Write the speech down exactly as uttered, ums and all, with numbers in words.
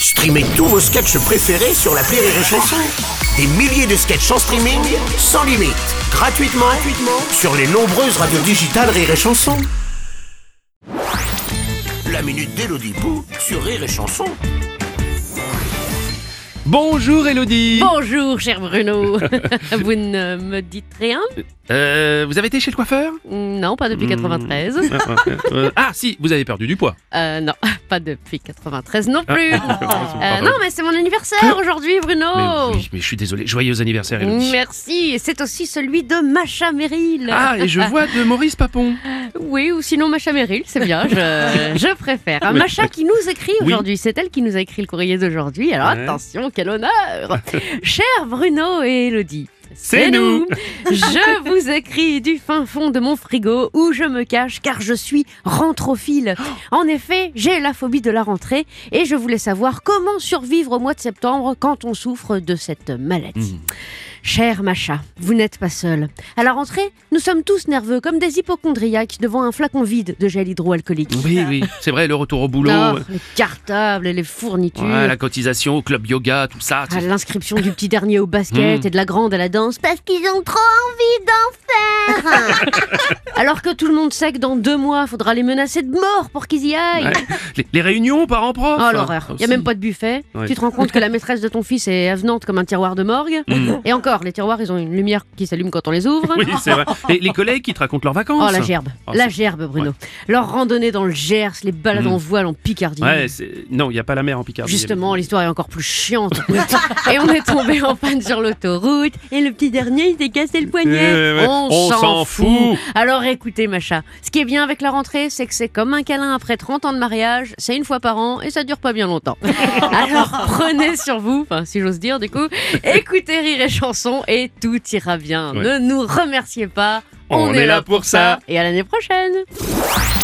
Streamez tous vos sketchs préférés sur l'appli Rire et Chanson. Des milliers de sketchs en streaming, sans limite, gratuitement, gratuitement sur les nombreuses radios digitales Rire et Chanson. La minute d'Élodie Pou sur Rire et Chanson. Bonjour Élodie. Bonjour cher Bruno. Vous ne me dites rien? Euh, vous avez été chez le coiffeur? Non, pas depuis quatre-vingt-treize. euh, Ah si, vous avez perdu du poids. Euh, non, pas depuis quatre-vingt-treize non plus. Ah, euh, non, mais c'est mon anniversaire aujourd'hui, Bruno. Mais, oui, mais je suis désolé, joyeux anniversaire Élodie. Merci, et c'est aussi celui de Macha Merrill. Ah, et je vois de Maurice Papon. Oui, ou sinon Macha Merrill, c'est bien, je, je préfère. Ah, Macha qui nous écrit aujourd'hui, oui. C'est elle qui nous a écrit le courrier d'aujourd'hui, alors ouais. Attention, quel honneur. Cher Bruno et Élodie, c'est nous. Je vous écris du fin fond de mon frigo où je me cache car je suis rentrophile. En effet, j'ai la phobie de la rentrée et je voulais savoir comment survivre au mois de septembre quand on souffre de cette maladie. Mmh. Chère Macha, vous n'êtes pas seule. À la rentrée, nous sommes tous nerveux comme des hypochondriaques devant un flacon vide de gel hydroalcoolique. Oui, oui, c'est vrai, le retour au boulot. Oh, les cartables et les fournitures. Ouais, la cotisation au club yoga, tout ça. Ah, l'inscription du petit dernier au basket mmh. et de la grande à la danse parce qu'ils ont trop envie d'en faire. Alors que tout le monde sait que dans deux mois, il faudra les menacer de mort pour qu'ils y aillent. Ouais. Les, les réunions parents-prof. Oh l'horreur, il n'y a même pas de buffet. Ouais. Tu te rends compte que la maîtresse de ton fils est avenante comme un tiroir de morgue. Mmh. Et encore, les tiroirs, ils ont une lumière qui s'allume quand on les ouvre. Oui, c'est vrai. Et les collègues qui te racontent leurs vacances. Oh, la gerbe. Oh, la gerbe, Bruno. Ouais. Leur randonnée dans le Gers, les balades mmh. en voile en Picardie. Ouais, c'est... non, il n'y a pas la mer en Picardie. Justement, l'histoire est encore plus chiante. Et on est tombé en panne sur l'autoroute. Et le petit dernier, il s'est cassé le poignet. Euh, ouais. On, on s'en, s'en fout. fout. Alors écoutez, Macha, ce qui est bien avec la rentrée, c'est que c'est comme un câlin après trente ans de mariage. C'est une fois par an et ça dure pas bien longtemps. Alors prenez sur vous, enfin si j'ose dire du coup, écoutez Rire et Chanson et tout ira bien. Ouais. Ne nous remerciez pas, on, on est là pour ça. Et à l'année prochaine.